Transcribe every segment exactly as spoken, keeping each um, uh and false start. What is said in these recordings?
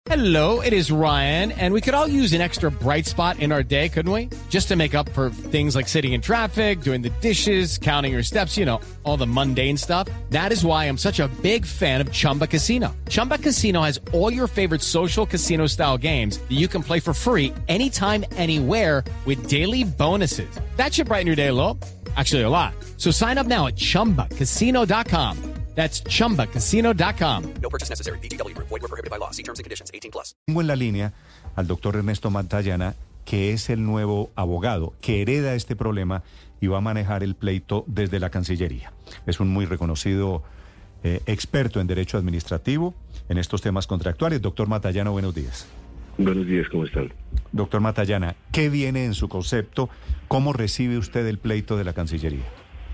Hello, it is Ryan, and we could all use an extra bright spot in our day, couldn't we? Just to make up for things like sitting in traffic, doing the dishes, counting your steps, you know, all the mundane stuff. That is why I'm such a big fan of Chumba Casino. Chumba Casino has all your favorite social casino-style games that you can play for free anytime, anywhere with daily bonuses. That should brighten your day a little. Actually, a lot. So sign up now at chumba casino dot com. That's chumba casino dot com. No purchase necessary. V G W Group. Void where prohibited by law. See terms and conditions. eighteen plus. Tengo en la línea al doctor Ernesto Matallana, que es el nuevo abogado que hereda este problema y va a manejar el pleito desde la Cancillería. Es un muy reconocido eh, experto en derecho administrativo en estos temas contractuales. Doctor Matallana, buenos días. Buenos días, ¿cómo están? Doctor Matallana, ¿qué viene en su concepto? ¿Cómo recibe usted el pleito de la Cancillería?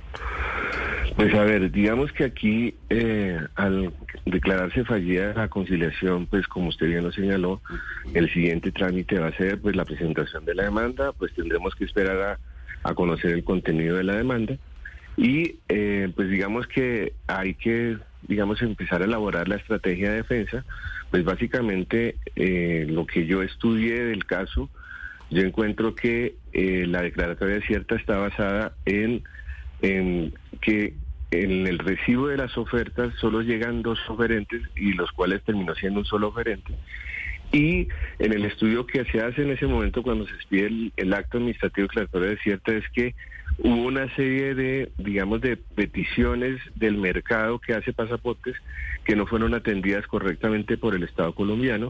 Pues a ver, digamos que aquí eh, al declararse fallida la conciliación, pues como usted bien lo señaló, el siguiente trámite va a ser pues la presentación de la demanda, pues tendremos que esperar a, a conocer el contenido de la demanda y eh, pues digamos que hay que, digamos, empezar a elaborar la estrategia de defensa. Pues básicamente eh, lo que yo estudié del caso, yo encuentro que eh, la declaratoria cierta está basada en, en que en el recibo de las ofertas solo llegan dos oferentes y los cuales terminó siendo un solo oferente. Y en el estudio que se hace en ese momento cuando se expide el, el acto administrativo declaratorio de cierta es que hubo una serie de, digamos, de peticiones del mercado que hace pasaportes que no fueron atendidas correctamente por el Estado colombiano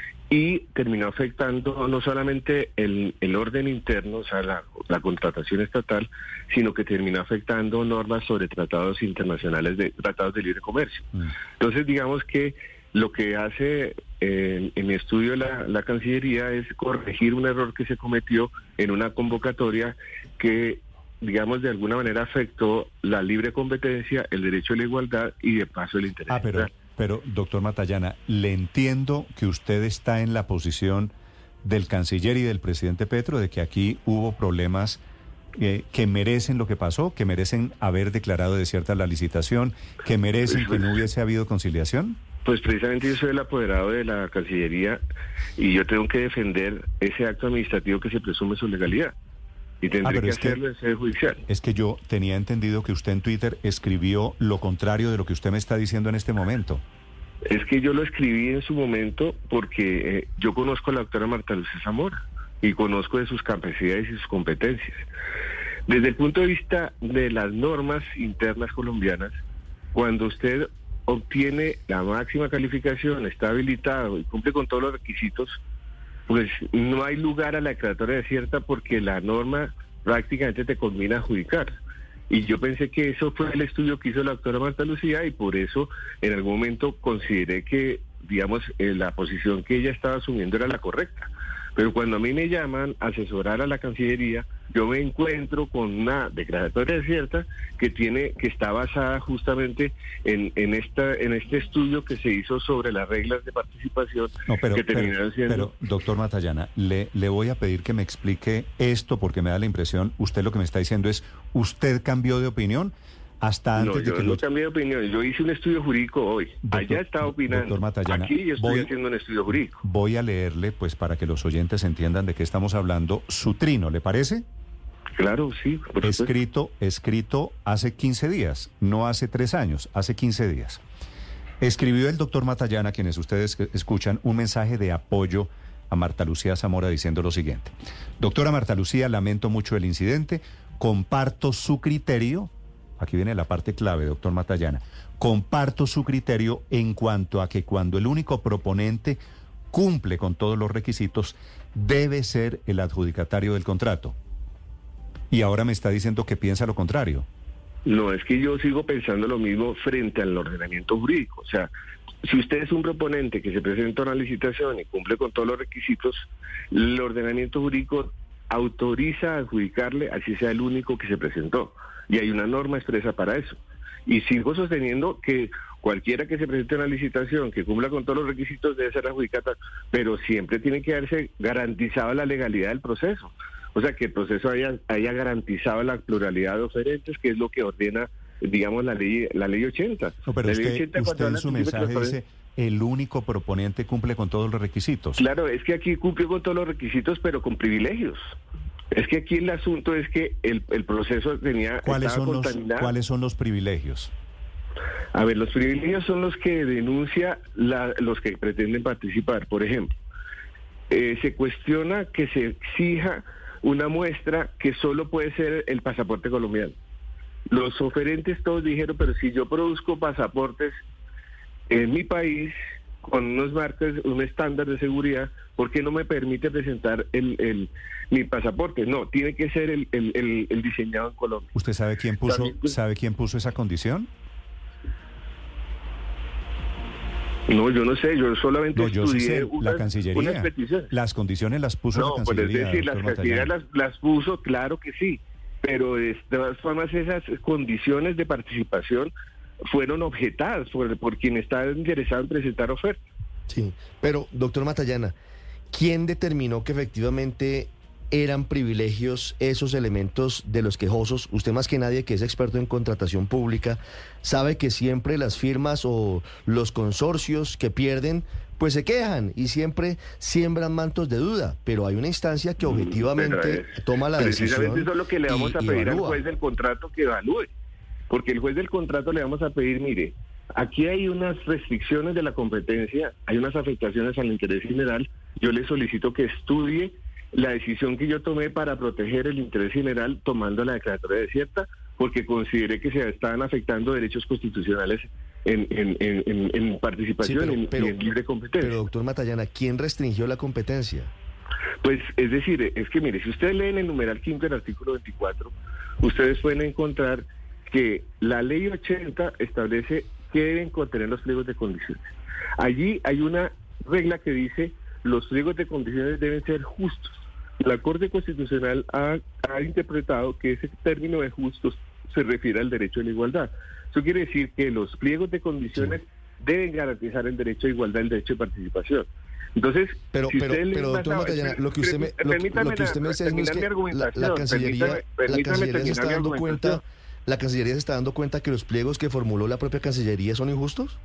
y terminó afectando no solamente el, el orden interno, o sea, la, la contratación estatal, sino que terminó afectando normas sobre tratados internacionales, de tratados de libre comercio. Mm. Entonces, digamos que lo que hace eh, en mi estudio la, la Cancillería es corregir un error que se cometió en una convocatoria que, digamos, de alguna manera afectó la libre competencia, el derecho a la igualdad y de paso el interés ah, pero... general. Pero, doctor Matallana, le entiendo que usted está en la posición del canciller y del presidente Petro de que aquí hubo problemas eh, que merecen lo que pasó, que merecen haber declarado desierta la licitación, que merecen pues, que no hubiese habido conciliación. Pues precisamente yo soy el apoderado de la Cancillería y yo tengo que defender ese acto administrativo que se presume su legalidad. Y tendré ah, que hacerlo en sede judicial. Es que yo tenía entendido que usted en Twitter escribió lo contrario de lo que usted me está diciendo en este momento. Es que yo lo escribí en su momento porque eh, yo conozco a la doctora Marta Lucía Zamora y conozco de sus capacidades y sus competencias. Desde el punto de vista de las normas internas colombianas, cuando usted obtiene la máxima calificación, está habilitado y cumple con todos los requisitos, pues no hay lugar a la declaratoria cierta porque la norma prácticamente te conmina a adjudicar. Y yo pensé que eso fue el estudio que hizo la doctora Marta Lucía y por eso en algún momento consideré que, digamos, eh, la posición que ella estaba asumiendo era la correcta. Pero cuando a mí me llaman a asesorar a la Cancillería, yo me encuentro con una declaratoria cierta que tiene, que está basada justamente en, en esta, en este estudio que se hizo sobre las reglas de participación no, pero, que terminaron siendo. Pero, doctor Matallana, le, le voy a pedir que me explique esto porque me da la impresión, usted lo que me está diciendo es, ¿usted cambió de opinión? Hasta antes no, de yo que no lo... cambié de opinión. Yo hice un estudio jurídico hoy. Doctor, Allá estaba opinando. Doctor Matallana, aquí yo estoy voy, haciendo un estudio jurídico. Voy a leerle, pues, para que los oyentes entiendan de qué estamos hablando, su trino, ¿le parece? Claro, sí. Por escrito, escrito hace quince días, no hace tres años, hace quince días. Escribió el doctor Matallana, quienes ustedes escuchan, un mensaje de apoyo a Marta Lucía Zamora diciendo lo siguiente. Doctora Marta Lucía, lamento mucho el incidente, comparto su criterio. Aquí viene la parte clave, doctor Matallana. Comparto su criterio en cuanto a que cuando el único proponente cumple con todos los requisitos, debe ser el adjudicatario del contrato. Y ahora me está diciendo que piensa lo contrario. No, es que yo sigo pensando lo mismo frente al ordenamiento jurídico. O sea, si usted es un proponente que se presenta a una licitación y cumple con todos los requisitos, el ordenamiento jurídico autoriza a adjudicarle, así sea el único que se presentó. Y hay una norma expresa para eso. Y sigo sosteniendo que cualquiera que se presente a una licitación, que cumpla con todos los requisitos, debe ser adjudicada, pero siempre tiene que darse garantizada la legalidad del proceso. O sea, que el proceso haya, haya garantizado la pluralidad de oferentes, que es lo que ordena, digamos, la ley la ley ochenta. No, pero la es ley que ochenta, usted en su mensaje dice, el único proponente cumple con todos los requisitos. Claro, es que aquí cumplió con todos los requisitos, pero con privilegios. Es que aquí el asunto es que el, el proceso tenía ¿Cuáles estaba son los, contaminado. ¿Cuáles son los privilegios? A ver, los privilegios son los que denuncia la, los que pretenden participar. Por ejemplo, eh, se cuestiona que se exija una muestra que solo puede ser el pasaporte colombiano. Los oferentes todos dijeron, pero si yo produzco pasaportes en mi país con unos marcas, un estándar de seguridad, ¿por qué no me permite presentar el, el mi pasaporte? No, tiene que ser el, el, el, el diseñado en Colombia. ¿Usted sabe quién puso, También, pues, sabe quién puso esa condición? No, yo no sé, yo solamente No, yo sí estudié sé, unas, la Cancillería. unas peticiones. Las condiciones las puso No, la pues es Cancillería. decir, las doctor Cancillerías Matallana. las, las puso, claro que sí, pero de todas formas esas condiciones de participación fueron objetadas por, por quien está interesado en presentar ofertas. Sí, pero doctor Matallana, ¿quién determinó que efectivamente eran privilegios esos elementos de los quejosos? Usted más que nadie, que es experto en contratación pública, sabe que siempre las firmas o los consorcios que pierden pues se quejan y siempre siembran mantos de duda, pero hay una instancia que objetivamente es, toma la decisión. Precisamente eso es lo que le vamos y, a pedir al juez del contrato que evalúe, porque el juez del contrato le vamos a pedir, mire, aquí hay unas restricciones de la competencia, hay unas afectaciones al interés general, yo le solicito que estudie la decisión que yo tomé para proteger el interés general tomando la declaratoria desierta, porque consideré que se estaban afectando derechos constitucionales en, en, en, en participación sí, pero, en, pero, y en libre competencia. Pero, doctor Matallana, ¿quién restringió la competencia? Pues, es decir, es que mire, si ustedes leen el numeral quinto del artículo veinticuatro, ustedes pueden encontrar que la ley ochenta establece que deben contener los pliegos de condiciones. Allí hay una regla que dice los pliegos de condiciones deben ser justos. La Corte Constitucional ha, ha interpretado que ese término de justos se refiere al derecho a la igualdad. Eso quiere decir que los pliegos de condiciones sí. deben garantizar el derecho a igualdad, el derecho de participación. Entonces, pero, si pero, pero doctor Matallana, lo que usted me, lo, lo que usted me dice es que la, la Cancillería, permítame, permítame la Cancillería se está dando cuenta, la Cancillería se está dando cuenta que los pliegos que formuló la propia Cancillería son injustos.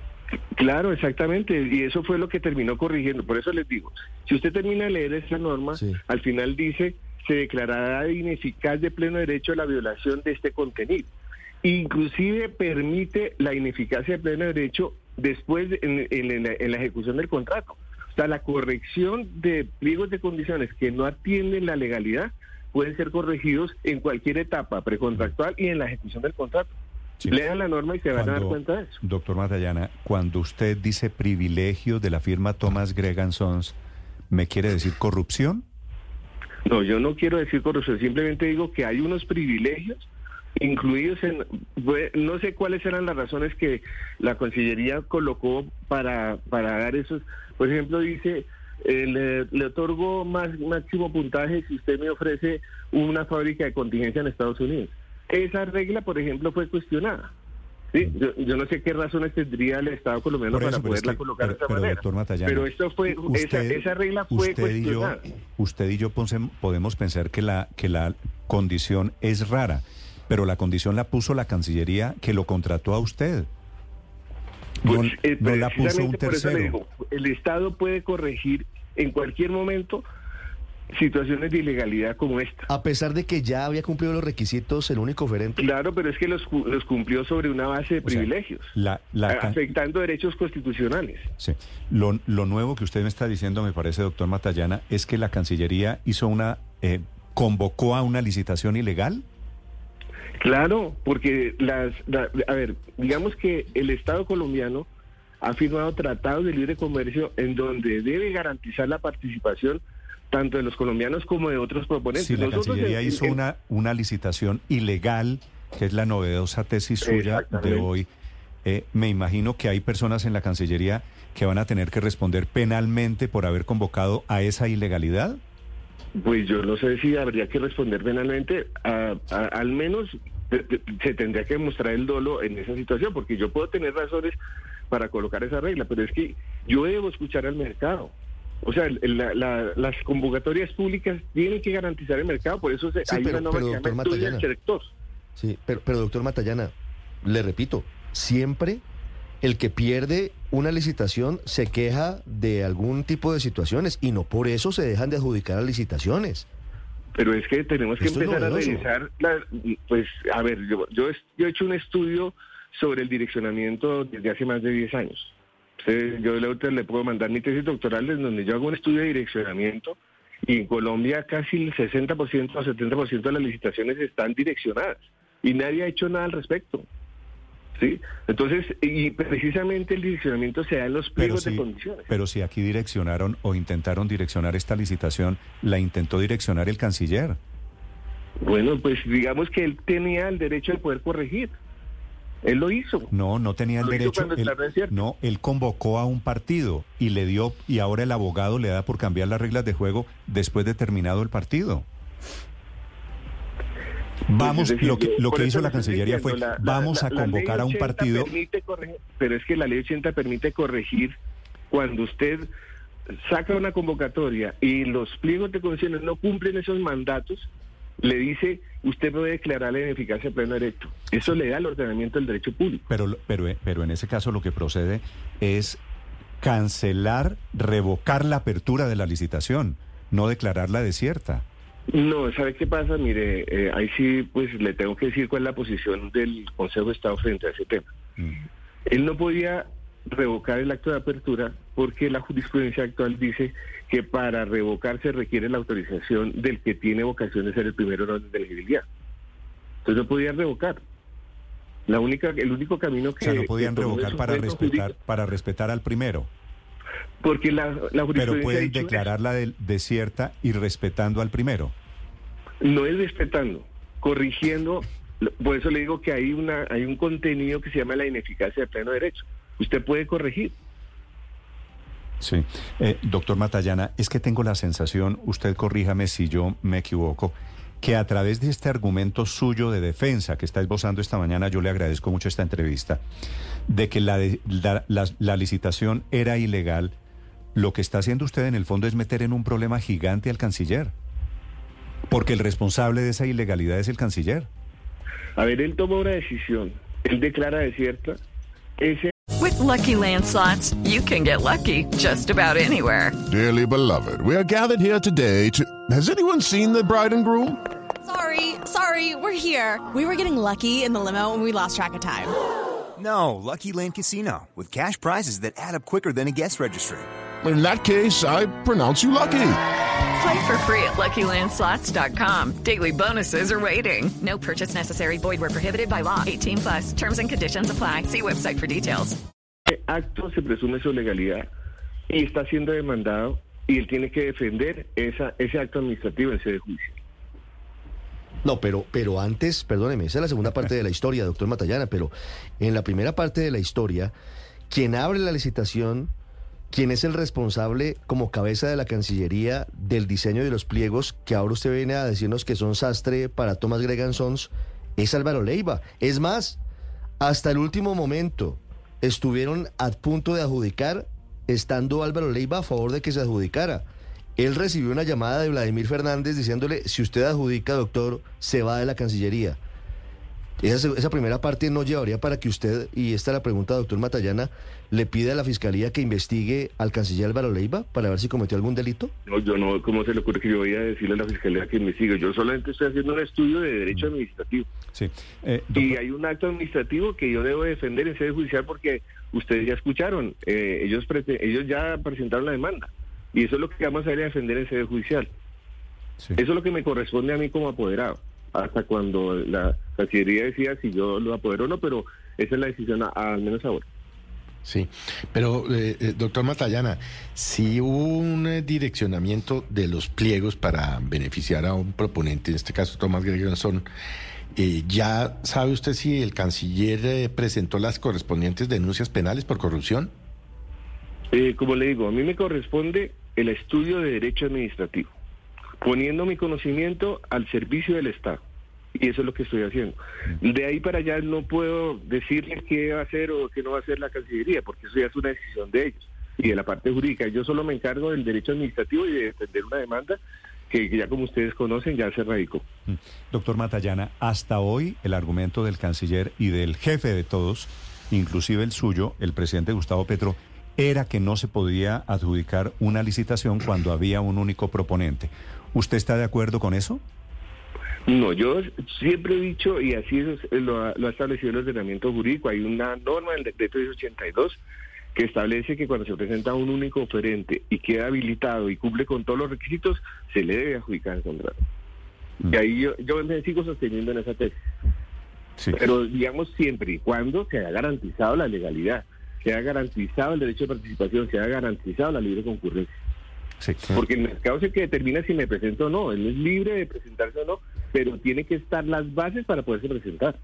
Claro, exactamente, y eso fue lo que terminó corrigiendo. Por eso les digo, si usted termina de leer esa norma, sí. al final dice, se declarará ineficaz de pleno derecho la violación de este contenido. Inclusive permite la ineficacia de pleno derecho después de, en, en, en, la, en la ejecución del contrato. O sea, la corrección de pliegos de condiciones que no atienden la legalidad pueden ser corregidos en cualquier etapa precontractual y en la ejecución del contrato. Sí. Lean la norma y se van cuando, a dar cuenta de eso. Doctor Matallana, cuando usted dice privilegio de la firma Thomas Gregan Sons, ¿me quiere decir corrupción? No, yo no quiero decir corrupción, simplemente digo que hay unos privilegios incluidos en... No sé cuáles eran las razones que la Cancillería colocó para, para dar esos... Por ejemplo, dice, eh, le, le otorgo más máximo puntaje si usted me ofrece una fábrica de contingencia en Estados Unidos. Esa regla, por ejemplo, fue cuestionada. ¿Sí? Yo, yo no sé qué razones tendría el Estado colombiano eso, para poderla es que, colocar pero, de esa pero, manera. Doctor Matallana, pero esto fue, usted, esa, esa regla fue usted cuestionada. Y yo, usted y yo podemos pensar que la, que la condición es rara, pero la condición la puso la Cancillería que lo contrató a usted. No, pues, eh, no la puso un por eso le tercero. digo, el Estado puede corregir en cualquier momento situaciones de ilegalidad como esta. A pesar de que ya había cumplido los requisitos el único oferente. Claro, pero es que los, los cumplió sobre una base de o privilegios, sea, la, la afectando derechos constitucionales. Sí. Lo, lo nuevo que usted me está diciendo, me parece, doctor Matallana, es que la Cancillería hizo una, eh, convocó a una licitación ilegal. Claro, porque las, la, a ver, digamos que el Estado colombiano ha firmado tratados de libre comercio en donde debe garantizar la participación tanto de los colombianos como de otros proponentes. Sí, la Nosotros Cancillería en, hizo en, una, una licitación ilegal, que es la novedosa tesis suya de hoy. Eh, me imagino que hay personas en la Cancillería que van a tener que responder penalmente por haber convocado a esa ilegalidad. Pues yo no sé si habría que responder penalmente, a, a, al menos te, te, se tendría que mostrar el dolo en esa situación, porque yo puedo tener razones para colocar esa regla, pero es que yo debo escuchar al mercado. O sea, la, la, las convocatorias públicas tienen que garantizar el mercado, por eso se, sí, hay pero, una norma que se llama estudio del sector. Sí, pero, pero doctor Matallana, le repito, siempre el que pierde una licitación se queja de algún tipo de situaciones y no por eso se dejan de adjudicar las licitaciones. Pero es que tenemos que Esto es empezar a novedoso. revisar, la, pues, a ver, yo, yo, he- yo he hecho un estudio sobre el direccionamiento desde hace más de diez años. Entonces, yo le, le puedo mandar mi tesis doctoral en donde yo hago un estudio de direccionamiento y en Colombia casi el sesenta por ciento o setenta por ciento de las licitaciones están direccionadas y nadie ha hecho nada al respecto. ¿Sí? Entonces, y precisamente el direccionamiento se da en los Pero pliegos de si, condiciones. pero si aquí direccionaron o intentaron direccionar esta licitación, la intentó direccionar el canciller. Bueno, pues digamos que él tenía el derecho de poder corregir. Él lo hizo. No, no tenía el Lo hizo derecho. cuando Él, está reciente. no, él convocó a un partido y le dio, y ahora el abogado le da por cambiar las reglas de juego después de terminado el partido. Vamos, Pues, es decir, lo que, yo- lo por que eso hizo le la estoy Cancillería fue, diciendo, la- la- vamos la- a la ley convocar a un ochenta partido. permite corregir, pero es que la ley ochenta permite corregir cuando usted saca una convocatoria y los pliegos de condiciones no cumplen esos mandatos, le dice, usted puede declarar la ineficacia de pleno derecho. Eso le da el ordenamiento del derecho público. Pero, pero, pero en ese caso lo que procede es cancelar, revocar la apertura de la licitación, no declararla desierta. No, ¿sabe qué pasa? Mire, eh, ahí sí, pues le tengo que decir cuál es la posición del Consejo de Estado frente a ese tema. Mm. Él no podía revocar el acto de apertura porque la jurisprudencia actual dice que para revocar se requiere la autorización del que tiene vocación de ser el primero en orden de elegibilidad. Entonces no podía revocar. La única, el único camino O que... sea, no podían que tomó revocar el para Supremo respetar, jurídico- para respetar al primero, Porque la, la pero jurisprudencia ha pueden dicho eso. declararla de- desierta y respetando al primero. No es respetando, corrigiendo. Por eso le digo que hay una hay un contenido que se llama la ineficacia de pleno derecho. Usted puede corregir. Sí. Eh, doctor Matallana, es que tengo la sensación, usted corríjame si yo me equivoco, que a través de este argumento suyo de defensa que está esbozando esta mañana, yo le agradezco mucho esta entrevista, de que la, de- la, la- la licitación era ilegal, lo que está haciendo usted en el fondo es meter en un problema gigante al canciller, porque el responsable de esa ilegalidad es el canciller. A ver, él toma una decisión, él declara desierta, ese With Lucky Land Slots, you can get lucky just about anywhere. Dearly beloved, we are gathered here today to... Has anyone seen the bride and groom? Sorry, sorry, we're here. We were getting lucky in the limo and we lost track of time. No, Lucky Land Casino, with cash prizes that add up quicker than a guest registry. In that case, I pronounce you lucky. Play for free at lucky land slots dot com. Daily bonuses are waiting. No purchase necessary. Void where prohibited by law. eighteen plus. Terms and conditions apply. See website for details. acto se presume su legalidad y está siendo demandado y él tiene que defender esa ese acto administrativo en sede judicial. No, pero, pero antes, perdóneme, esa es la segunda parte de la historia, doctor Matallana, pero en la primera parte de la historia, quien abre la licitación, quien es el responsable como cabeza de la Cancillería del diseño de los pliegos, que ahora usted viene a decirnos que son sastre para Thomas Gregan Sons, es Álvaro Leiva. Es más, hasta el último momento estuvieron a punto de adjudicar, estando Álvaro Leiva a favor de que se adjudicara. Él recibió una llamada de Vladimir Fernández diciéndole, si usted adjudica, doctor, se va de la Cancillería. Esa, esa primera parte no llevaría para que usted, y esta es la pregunta, doctor Matallana, le pida a la Fiscalía que investigue al canciller Álvaro Leiva para ver si cometió algún delito. No, yo no, ¿cómo se le ocurre que yo voy a decirle a la Fiscalía que investigue? Yo solamente estoy haciendo un estudio de derecho administrativo. Sí. Eh, Y doctor- hay un acto administrativo que yo debo defender en sede judicial porque ustedes ya escucharon, eh, ellos prete- ellos ya presentaron la demanda. Y eso es lo que vamos a ir a defender en sede judicial. sí. Eso es lo que me corresponde a mí como apoderado. Hasta cuando la Cancillería decida si yo lo apodero o no, pero esa es la decisión a- al menos ahora. Sí, pero eh, eh, doctor Matallana, si hubo un eh, direccionamiento de los pliegos para beneficiar a un proponente, en este caso Thomas Gregerson, eh, ¿ya sabe usted si el canciller eh, presentó las correspondientes denuncias penales por corrupción? Eh, como le digo, a mí me corresponde el estudio de derecho administrativo, poniendo mi conocimiento al servicio del Estado. Y eso es lo que estoy haciendo. De ahí para allá no puedo decirle qué va a hacer o qué no va a hacer la Cancillería, porque eso ya es una decisión de ellos y de la parte jurídica. Yo solo me encargo del derecho administrativo y de defender una demanda que, que ya como ustedes conocen ya se radicó. Doctor Matallana, hasta hoy el argumento del canciller y del jefe de todos inclusive el suyo, el presidente Gustavo Petro, era que no se podía adjudicar una licitación cuando había un único proponente. ¿Usted está de acuerdo con eso? No, yo siempre he dicho, y así es, lo, ha, lo ha establecido el ordenamiento jurídico, hay una norma del decreto diez ochenta y dos que establece que cuando se presenta un único oferente y queda habilitado y cumple con todos los requisitos, se le debe adjudicar el contrato. Mm. Y ahí yo, yo me sigo sosteniendo en esa tesis. Sí. Pero digamos siempre y cuando se haya garantizado la legalidad, se haya garantizado el derecho de participación, se haya garantizado la libre concurrencia. Sí. Porque el mercado es el que determina si me presento o no, él es libre de presentarse o no, pero tiene que estar las bases para poderse presentar.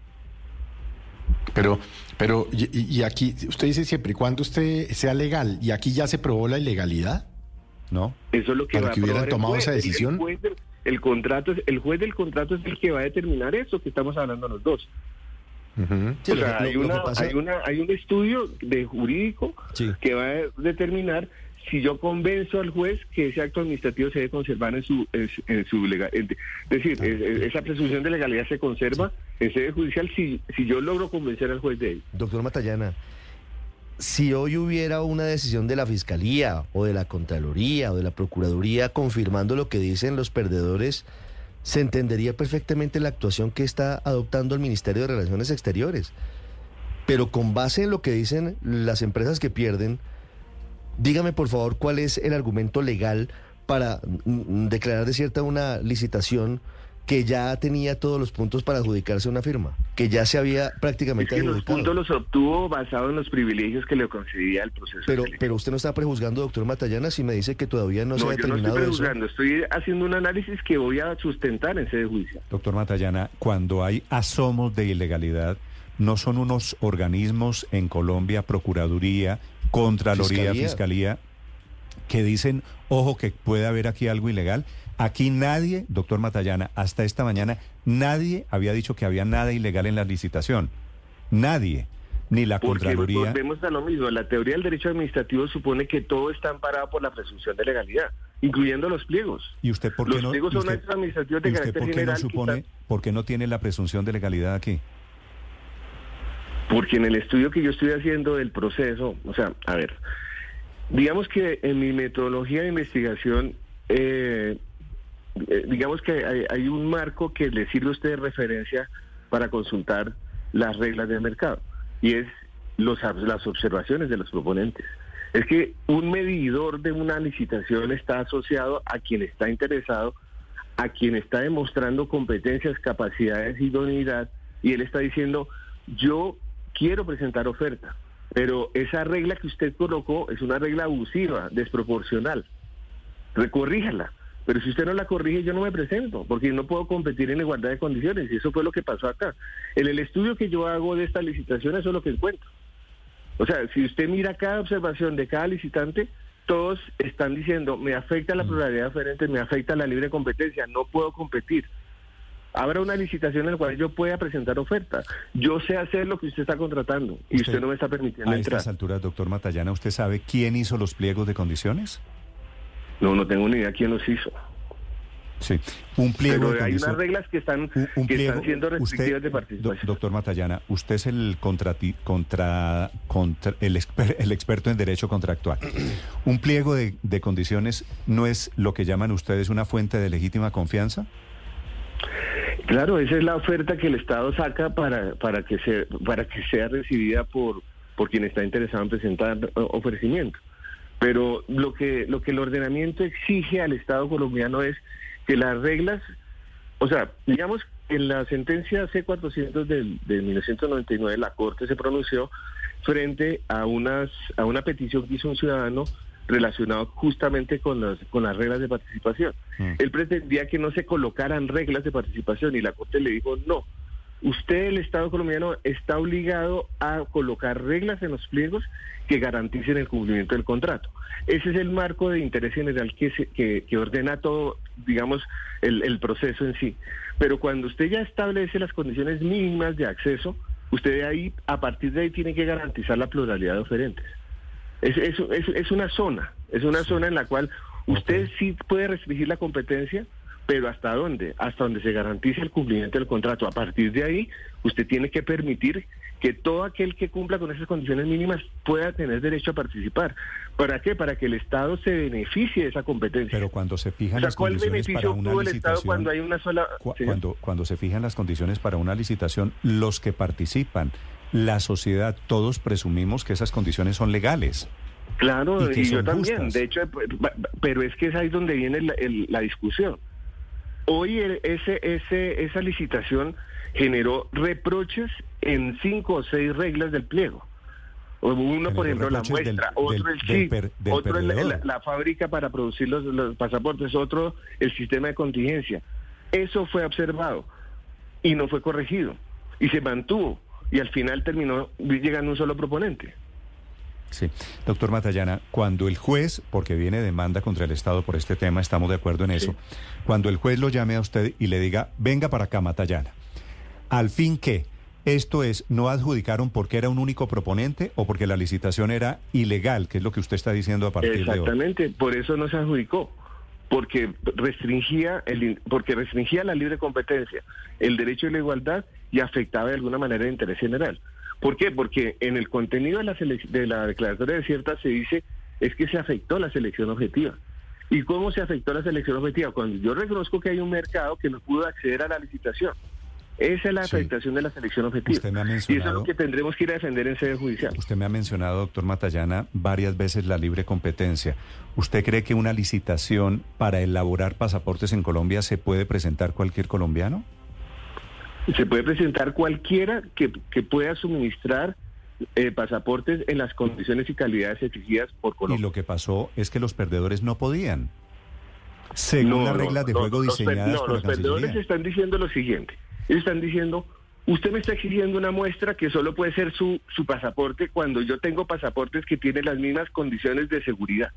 Pero, pero, y, y aquí, usted dice siempre y cuando usted sea legal, ¿y aquí ya se probó la ilegalidad? ¿No? Eso es lo que para va que a hubieran tomado juez, esa decisión. El, juez del, el contrato, el juez del contrato es el que va a determinar eso que estamos hablando los dos. Uh-huh. Sí, o sea, lo, hay, lo, una, lo pasa... hay una, hay un estudio de jurídico sí. que va a determinar si yo convenzo al juez que ese acto administrativo se debe conservar en su en, en su legal, es decir, ah, es, esa presunción de legalidad se conserva sí. en sede judicial si si yo logro convencer al juez de él. Doctor Matallana, si hoy hubiera una decisión de la Fiscalía o de la Contraloría o de la Procuraduría confirmando lo que dicen los perdedores, se entendería perfectamente la actuación que está adoptando el Ministerio de Relaciones Exteriores. Pero con base en lo que dicen las empresas que pierden, dígame, por favor, cuál es el argumento legal para mm, declarar desierta una licitación que ya tenía todos los puntos para adjudicarse una firma, que ya se había prácticamente es que adjudicado. Los puntos los obtuvo basado en los privilegios que le concedía el proceso. Pero, pero usted no está prejuzgando, doctor Matallana, si me dice que todavía no, no se ha determinado eso. No, yo no estoy prejuzgando, eso. estoy haciendo un análisis que voy a sustentar en sede judicial. Doctor Matallana, cuando hay asomos de ilegalidad, ¿no son unos organismos en Colombia, Procuraduría, Contraloría, Fiscalía. Fiscalía, que dicen, ojo, que puede haber aquí algo ilegal? Aquí nadie, doctor Matallana, hasta esta mañana, nadie había dicho que había nada ilegal en la licitación. Nadie, ni la Porque Contraloría. Volvemos a lo mismo, la teoría del derecho administrativo supone que todo está amparado por la presunción de legalidad, incluyendo los pliegos. ¿Y usted por qué los no? pliegos son usted, actos administrativos de ¿y usted carácter por qué general. no supone, está... por qué no tiene la presunción de legalidad aquí? Porque en el estudio que yo estoy haciendo del proceso, o sea, a ver, digamos que en mi metodología de investigación, eh, eh, digamos que hay, hay un marco que le sirve a usted de referencia para consultar las reglas del mercado, y es los, las observaciones de los proponentes. Es que un medidor de una licitación está asociado a quien está interesado, a quien está demostrando competencias, capacidades, idoneidad, y él está diciendo, yo quiero presentar oferta, pero esa regla que usted colocó es una regla abusiva, desproporcional. Recorríjala, pero si usted no la corrige, yo no me presento, porque no puedo competir en igualdad de condiciones, y eso fue lo que pasó acá. En el estudio que yo hago de esta licitación, eso es lo que encuentro. O sea, si usted mira cada observación de cada licitante, todos están diciendo, me afecta la pluralidad de oferentes, me afecta la libre competencia, no puedo competir. Habrá una licitación en la cual yo pueda presentar oferta. Yo sé hacer lo que usted está contratando y usted, usted no me está permitiendo a entrar. A estas alturas, doctor Matallana, ¿usted sabe quién hizo los pliegos de condiciones? No, no tengo ni idea quién los hizo. Sí, un pliego Pero de hay condición... unas reglas que están, un, un que pliego... están siendo restrictivas usted, de participación. Do, doctor Matallana, usted es el, contrati... contra... contra... El, exper... el experto en derecho contractual. ¿Un pliego de, de condiciones no es lo que llaman ustedes una fuente de legítima confianza? Claro, esa es la oferta que el Estado saca para para que se para que sea recibida por por quien está interesado en presentar ofrecimiento. Pero lo que lo que el ordenamiento exige al Estado colombiano es que las reglas, o sea, digamos, en la sentencia C cuatrocientos del, de mil novecientos noventa y nueve la Corte se pronunció frente a unas a una petición que hizo un ciudadano relacionado justamente con las con las reglas de participación. Mm. Él pretendía que no se colocaran reglas de participación y la Corte le dijo, no, usted, el Estado colombiano, está obligado a colocar reglas en los pliegos que garanticen el cumplimiento del contrato. Ese es el marco de interés general que, se, que, que ordena todo, digamos, el, el proceso en sí. Pero cuando usted ya establece las condiciones mínimas de acceso, usted de ahí, a partir de ahí, tiene que garantizar la pluralidad de oferentes. Es, es, es, es una zona, es una sí. zona en la cual usted okay. sí puede restringir la competencia, pero ¿hasta dónde? Hasta donde se garantice el cumplimiento del contrato. A partir de ahí, usted tiene que permitir que todo aquel que cumpla con esas condiciones mínimas pueda tener derecho a participar. ¿Para qué? Para que el Estado se beneficie de esa competencia. Pero cuando se fijan O sea, las ¿cuál condiciones para beneficio una tuvo el licitación, Estado cuando hay una sola... cu- ¿Sí? cuando, cuando se fijan las condiciones para una licitación, los que participan, la sociedad, todos presumimos que esas condiciones son legales. Claro, y, que y yo son también. justas. De hecho, pero es que es ahí donde viene la, el- la discusión. Hoy el- ese, ese, esa licitación generó reproches en cinco o seis reglas del pliego. Uno, por Generó ejemplo, la reproches del- muestra, otro del- el del chip, per- del otro el- perdedor. la, la fábrica para producir los, los pasaportes, otro el sistema de contingencia. Eso fue observado y no fue corregido y se mantuvo y al final terminó llegando un solo proponente. Sí. Doctor Matallana, cuando el juez, porque viene demanda contra el Estado por este tema, estamos de acuerdo en eso, cuando el juez lo llame a usted y le diga, venga para acá, Matallana, ¿al fin qué? Esto es, ¿no adjudicaron porque era un único proponente o porque la licitación era ilegal, que es lo que usted está diciendo a partir de hoy? Exactamente, por eso no se adjudicó, porque restringía el, porque restringía la libre competencia, el derecho de la igualdad y afectaba de alguna manera el interés general. ¿Por qué? Porque en el contenido de la, selec- de la declaratoria desierta se dice es que se afectó la selección objetiva. ¿Y cómo se afectó la selección objetiva? Cuando yo reconozco que hay un mercado que no pudo acceder a la licitación. Esa es la Sí. afectación de la selección objetiva. Usted me ha Y eso es mencionado- lo que tendremos que ir a defender en sede judicial. Usted me ha mencionado, doctor Matallana, varias veces la libre competencia. ¿Usted cree que una licitación para elaborar pasaportes en Colombia se puede presentar cualquier colombiano? Se puede presentar cualquiera que, que pueda suministrar eh, pasaportes en las condiciones y calidades exigidas por Colombia. Y lo que pasó es que los perdedores no podían. Según No, las no, reglas de no, juego los per- diseñadas no, por los la perdedores Cancillería. están diciendo lo siguiente. Ellos están diciendo, usted me está exigiendo una muestra que solo puede ser su, su pasaporte cuando yo tengo pasaportes que tienen las mismas condiciones de seguridad.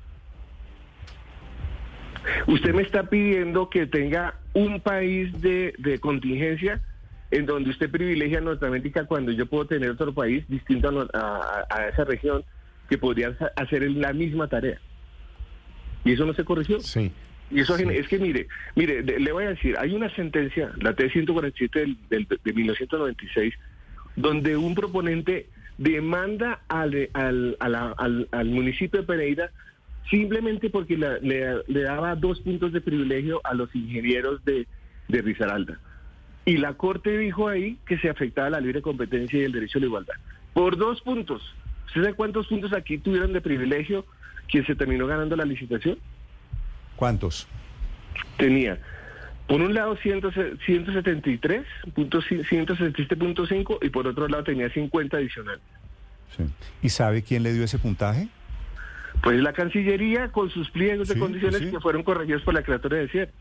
Usted me está pidiendo que tenga un país de, de contingencia en donde usted privilegia a Norteamérica cuando yo puedo tener otro país distinto a, no- a- a esa región que podría sa- hacer la misma tarea. ¿Y eso no se corrigió? Sí. Y eso gener- es que mire, mire, de- le voy a decir, hay una sentencia, la T ciento cuarenta y siete del, del- de mil novecientos noventa y seis, donde un proponente demanda al, al, a la- al, al municipio de Pereira simplemente porque la- le, le daba dos puntos de privilegio a los ingenieros de, de Risaralda. Y la Corte dijo ahí que se afectaba la libre competencia y el derecho a la igualdad. Por dos puntos. ¿Usted sabe cuántos puntos aquí tuvieron de privilegio quien se terminó ganando la licitación? ¿Cuántos? Tenía, por un lado, ciento setenta y tres punto cinco y por otro lado tenía cincuenta adicionales. Sí. ¿Y sabe quién le dio ese puntaje? Pues la Cancillería con sus pliegos de Sí, condiciones sí, sí. que fueron corregidos por la Declaratoria de Desierto.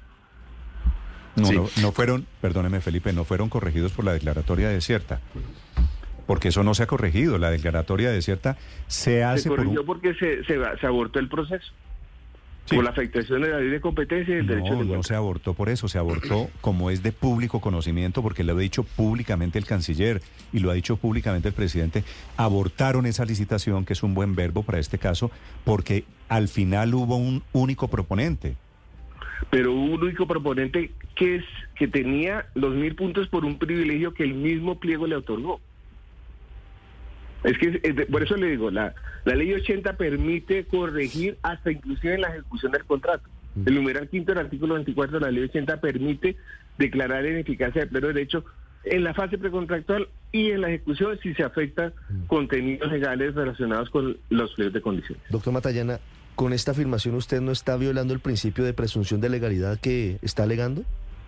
No, Sí. no, no fueron, perdóneme Felipe, no fueron corregidos por la declaratoria desierta. Porque eso no se ha corregido. La declaratoria desierta se hace Se por corrigió un... porque se, se, se abortó el proceso. Sí. Por la afectación de la ley de competencia y el derecho a la No, igualdad. no se abortó por eso, se abortó como es de público conocimiento, porque lo ha dicho públicamente el canciller y lo ha dicho públicamente el presidente, abortaron esa licitación, que es un buen verbo para este caso, porque al final hubo un único proponente. Pero hubo un único proponente que es que tenía los mil puntos por un privilegio que el mismo pliego le otorgó. Es que es de- por eso le digo, la, la ley ochenta permite corregir hasta inclusive en la ejecución del contrato. El numeral quinto del artículo veinticuatro de la ley ochenta permite declarar en eficacia de pleno derecho en la fase precontractual y en la ejecución si se afectan contenidos legales relacionados con los pliegos de condiciones. Doctor Matallana, ¿con esta afirmación usted no está violando el principio de presunción de legalidad que está alegando?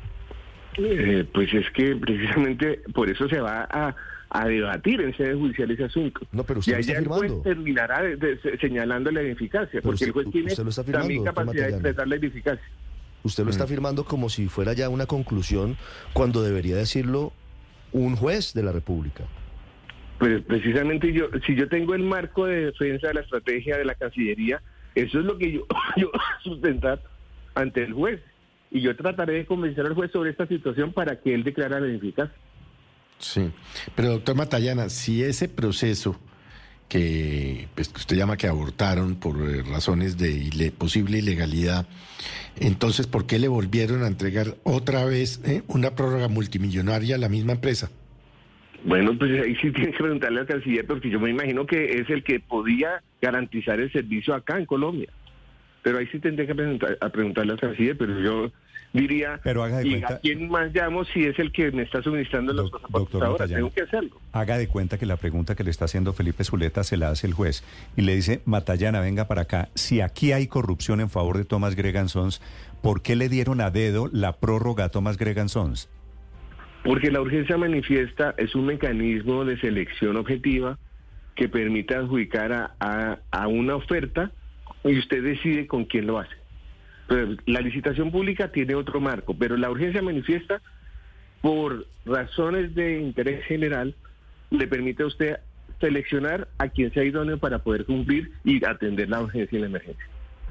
Eh, pues es que precisamente por eso se va a, a debatir en sede judicial ese asunto. No, pero usted y lo está allá el juez afirmando. terminará de- de- se- señalando la ineficacia, Pero porque usted- el juez tiene usted lo está afirmando, también doctor capacidad de Matallana. interpretar la ineficacia. Usted lo está afirmando como si fuera ya una conclusión cuando debería decirlo un juez de la República. Pues precisamente yo, si yo tengo el marco de defensa de la estrategia de la Cancillería, eso es lo que yo, yo sustentar ante el juez. Y yo trataré de convencer al juez sobre esta situación para que él declare la ineficacia. Sí, pero doctor Matallana, si ese proceso que, pues, que usted llama que abortaron por eh, razones de ile- posible ilegalidad, entonces, ¿por qué le volvieron a entregar otra vez eh, una prórroga multimillonaria a la misma empresa? Bueno, pues ahí sí tiene que preguntarle al canciller, porque yo me imagino que es el que podía garantizar el servicio acá en Colombia. Pero ahí sí tendría que preguntar, a preguntarle al canciller, pero yo diría, pero haga de ¿y cuenta, a quién más llamo si es el que me está suministrando los doc, pasaportes doctor ahora? Matallana, Tengo que hacerlo. Haga de cuenta que la pregunta que le está haciendo Felipe Zuleta se la hace el juez y le dice, Matallana, venga para acá, si aquí hay corrupción en favor de Thomas Gregan Sons, ¿por qué le dieron a dedo la prórroga a Thomas Gregan Sons? Porque la urgencia manifiesta es un mecanismo de selección objetiva que permite adjudicar a, a, a una oferta y usted decide con quién lo hace. Pero la licitación pública tiene otro marco, pero la urgencia manifiesta, por razones de interés general, le permite a usted seleccionar a quien sea idóneo para poder cumplir y atender la urgencia y la emergencia.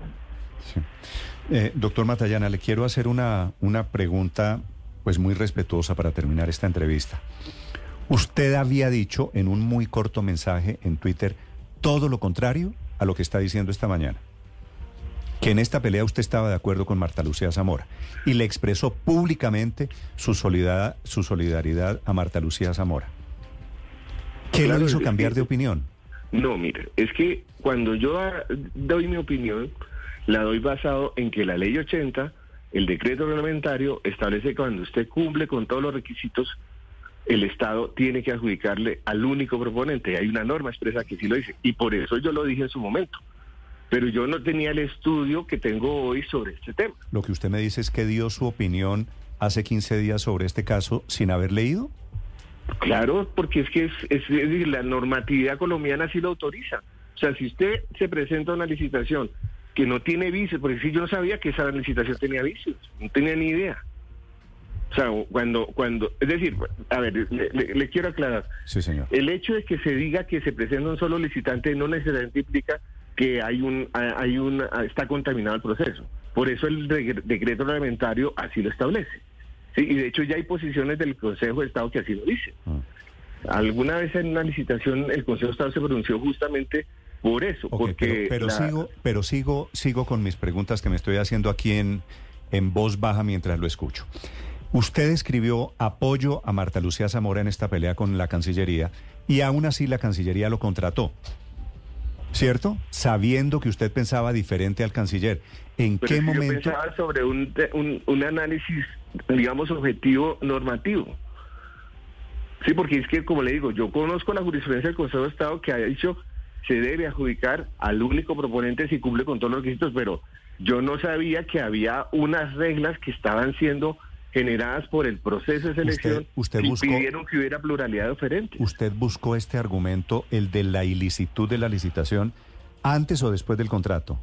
Sí. Eh, doctor Matallana, le quiero hacer una, una pregunta pues muy respetuosa para terminar esta entrevista. Usted había dicho en un muy corto mensaje en Twitter todo lo contrario a lo que está diciendo esta mañana. Que en esta pelea usted estaba de acuerdo con Marta Lucía Zamora y le expresó públicamente su solidaridad, su solidaridad a Marta Lucía Zamora. ¿Qué Claro, lo hizo es cambiar que, de opinión? No, mire, es que cuando yo doy mi opinión, la doy basado en que la ley ochenta, el decreto reglamentario, establece que cuando usted cumple con todos los requisitos, el Estado tiene que adjudicarle al único proponente. Hay una norma expresa que sí lo dice, y por eso yo lo dije en su momento. Pero yo no tenía el estudio que tengo hoy sobre este tema. Lo que usted me dice es que dio su opinión hace quince días sobre este caso sin haber leído. Claro, porque es que es, es, es decir, la normatividad colombiana sí lo autoriza. O sea, si usted se presenta a una licitación que no tiene vicios, porque si yo no sabía que esa licitación tenía vicios, no tenía ni idea. O sea, cuando, cuando, es decir, a ver, le, le, le quiero aclarar. Sí, señor. El hecho de que se diga que se presenta un solo licitante no necesariamente implica que hay un, hay un, está contaminado el proceso. Por eso el decreto reglamentario así lo establece. Sí, y de hecho ya hay posiciones del Consejo de Estado que así lo dicen. Mm. Alguna vez en una licitación el Consejo de Estado se pronunció justamente por eso, okay, porque pero, pero la... sigo, pero sigo, sigo con mis preguntas que me estoy haciendo aquí en, en voz baja mientras lo escucho. Usted escribió apoyo a Marta Lucía Zamora en esta pelea con la Cancillería y aún así la Cancillería lo contrató, ¿cierto? Sabiendo que usted pensaba diferente al canciller. ¿En Pero qué si momento? Yo pensaba sobre un, un, un análisis, digamos, objetivo normativo. Sí, porque es que, como le digo, yo conozco la jurisprudencia del Consejo de Estado que ha dicho se debe adjudicar al único proponente si cumple con todos los requisitos, pero yo no sabía que había unas reglas que estaban siendo generadas por el proceso de selección usted, usted y buscó, pidieron que hubiera pluralidad de oferentes. ¿Usted buscó este argumento, el de la ilicitud de la licitación, antes o después del contrato?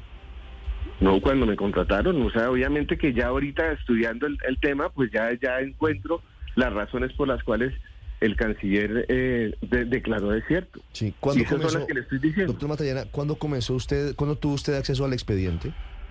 No, cuando me contrataron, o sea, obviamente que ya ahorita estudiando el, el tema, pues ya, ya encuentro las razones por las cuales el canciller eh, de, declaró desierto. Sí, ¿cuándo y esas comenzó, son las que le estoy diciendo. Doctor Matallana, ¿cuándo comenzó usted, cuándo tuvo usted acceso al expediente?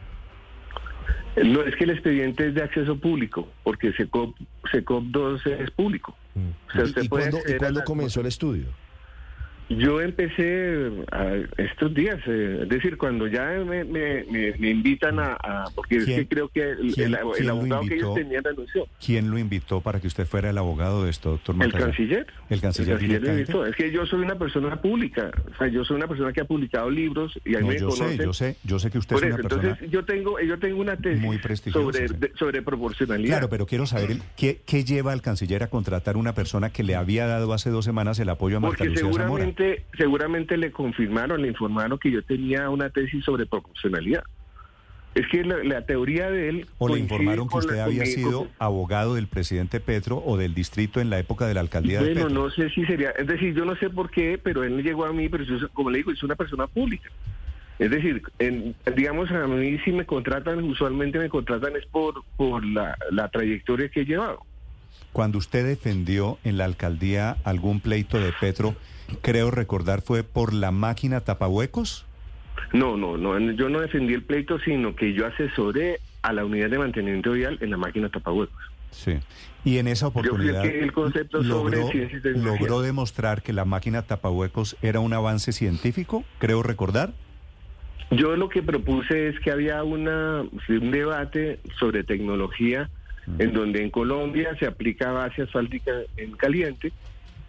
No, es que el expediente es de acceso público, porque SECOP, SECOP dos es público. Mm. O sea, usted ¿Y, y puede cuándo, ¿y cuándo la... comenzó el estudio? Yo empecé a estos días, eh, es decir, cuando ya me, me, me, me invitan a, a... Porque es que creo que el, el, el abogado que ellos tenían renunció. ¿Quién lo invitó para que usted fuera el abogado de esto, doctor Matallana? El canciller. El canciller, el canciller me invitó. Es que yo soy una persona pública, o sea, yo soy una persona que ha publicado libros y a mí no, me yo conocen. sé, yo sé, yo sé que usted Por es eso, una persona entonces yo tengo, yo tengo una tesis muy prestigiosa, sobre, sí. de, sobre proporcionalidad. Claro, pero quiero saber el, ¿qué, qué lleva al canciller a contratar una persona que le había dado hace dos semanas el apoyo a Marta Porque Lucía Zamora? seguramente, seguramente le confirmaron, le informaron que yo tenía una tesis sobre proporcionalidad. Es que la, la teoría de él... ¿O le informaron que usted la, había conmigo, sido abogado del presidente Petro o del distrito en la época de la alcaldía bueno, de Petro? Bueno, no sé si sería... Es decir, yo no sé por qué, pero él llegó a mí, pero yo, como le digo, es una persona pública. Es decir, en, digamos, a mí si me contratan, usualmente me contratan es por, por la, la trayectoria que he llevado. Cuando usted defendió en la alcaldía algún pleito de Petro, creo recordar, ¿fue por la máquina tapahuecos? No, no, no, yo no defendí el pleito, sino que yo asesoré a la unidad de mantenimiento vial en la máquina tapahuecos. Sí, y en esa oportunidad yo el concepto logró, sobre ciencia y tecnología. ¿Logró demostrar que la máquina tapahuecos era un avance científico? Creo recordar. Yo lo que propuse es que había una, un debate sobre tecnología, uh-huh, en donde en Colombia se aplica base asfáltica en caliente,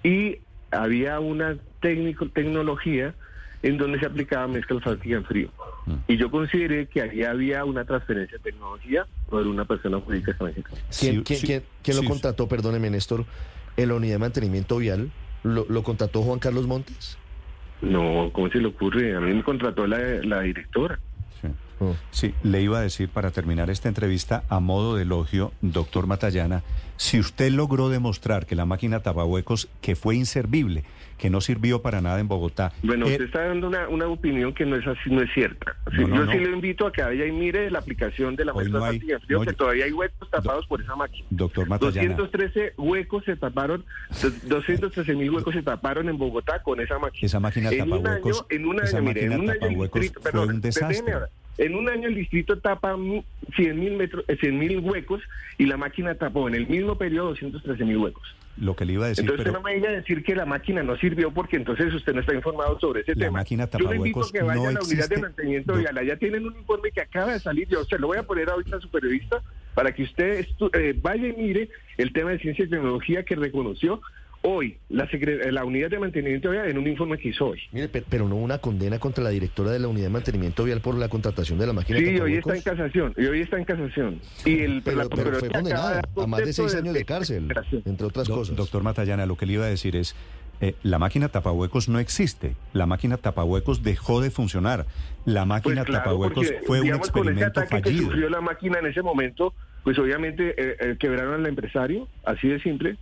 y había una técnico, tecnología en donde se aplicaba mezcla olfática en frío. Mm. Y yo consideré que ahí había una transferencia de tecnología por una persona jurídica extranjera. ¿Quién, ¿quién, quién, quién sí, lo contrató, sí. perdóneme, Néstor, en la unidad de mantenimiento vial? ¿Lo, lo contrató Juan Carlos Montes? No, ¿cómo se le ocurre? A mí me contrató la, la directora. Sí. Oh. sí, le iba a decir para terminar esta entrevista, a modo de elogio, doctor Matallana, si usted logró demostrar que la máquina tapahuecos, que fue inservible, que no sirvió para nada en Bogotá... Bueno, eh, usted está dando una, una opinión que no es así, no es cierta. Sí, no, no, yo no. sí le invito a que vaya y mire la aplicación de la mezcla no hay, olfática en frío, no, que todavía hay huecos tapados do, por esa máquina. Doctor Matallana... doscientos trece huecos se taparon, doscientos trece mil huecos se taparon en Bogotá con esa máquina. Esa máquina en tapahuecos... Un año, en un año, esa mire, en un año el distrito, fue perdón, un desastre. En un año el distrito tapa cien mil metros, cien mil huecos y la máquina tapó en el mismo periodo doscientos trece mil huecos. Lo que le iba a decir, entonces pero... usted no me diga decir que la máquina no sirvió porque entonces usted no está informado sobre ese la tema. Máquina yo le invito a que vaya no a la unidad existe... de mantenimiento Do... vial. Allá tienen un informe que acaba de salir. Yo se lo voy a poner ahorita a su periodista para que usted eh, vaya y mire el tema de ciencia y tecnología que reconoció hoy la, la unidad de mantenimiento vial en un informe que hizo hoy. Mire, pero, pero no hubo una condena contra la directora de la unidad de mantenimiento vial por la contratación de la máquina. Sí, hoy está en casación, y hoy está en casación. Y el pero, la, pero, pero fue condenada a más de seis años de, de cárcel, entre otras Do, cosas. Doctor Matallana, lo que le iba a decir es, eh, la máquina tapahuecos no existe. La máquina tapahuecos dejó de funcionar. La máquina pues claro, tapahuecos porque, fue digamos, un experimento con ese ataque fallido. Que sufrió la máquina en ese momento, pues obviamente eh, eh, quebraron al empresario, así de simple.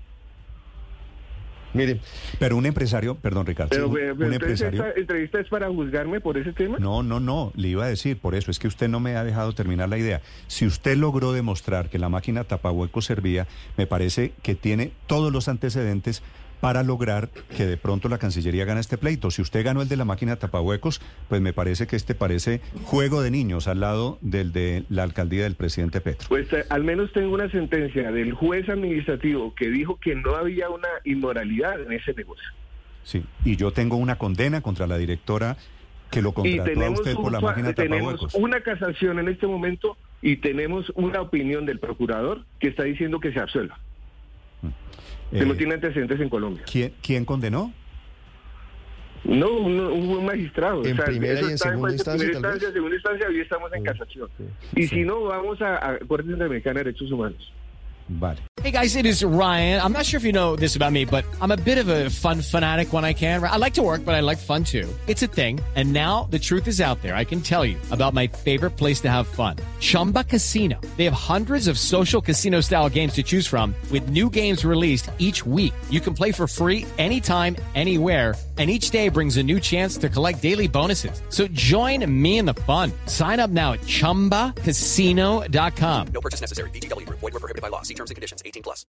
Mire, pero un empresario, perdón Ricardo, pero, un, pero un empresario... ¿Esta entrevista es para juzgarme por ese tema? No, no, no, le iba a decir, por eso, es que usted no me ha dejado terminar la idea. Si usted logró demostrar que la máquina tapahuecos servía, me parece que tiene todos los antecedentes para lograr que de pronto la Cancillería gane este pleito. Si usted ganó el de la máquina tapahuecos, pues me parece que este parece juego de niños al lado del de la alcaldía del presidente Petro. Pues eh, al menos tengo una sentencia del juez administrativo que dijo que no había una inmoralidad en ese negocio. Sí, y yo tengo una condena contra la directora que lo contrató a usted por la máquina tapahuecos. Tenemos una casación en este momento y tenemos una opinión del procurador que está diciendo que se absuelva. Que eh, no tiene antecedentes en Colombia. ¿Quién, quién condenó? No, un, un magistrado. En o sea, primera eso y en está segunda en instancia, primera tal instancia, vez. segunda instancia, hoy estamos en sí, casación. Sí, y sí. si no, vamos a, a Corte Interamericana de Derechos Humanos. Vale. Hey guys, it is Ryan. I'm not sure if you know this about me, but I'm a bit of a fun fanatic when I can. I like to work, but I like fun too. It's a thing. And now the truth is out there. I can tell you about my favorite place to have fun. Chumba Casino. They have hundreds of social casino style games to choose from with new games released each week. You can play for free anytime, anywhere. And each day brings a new chance to collect daily bonuses. So join me in the fun. Sign up now at chumba casino dot com. No purchase necessary. V G W Group. Void where prohibited by law. See terms and conditions. eighteen plus.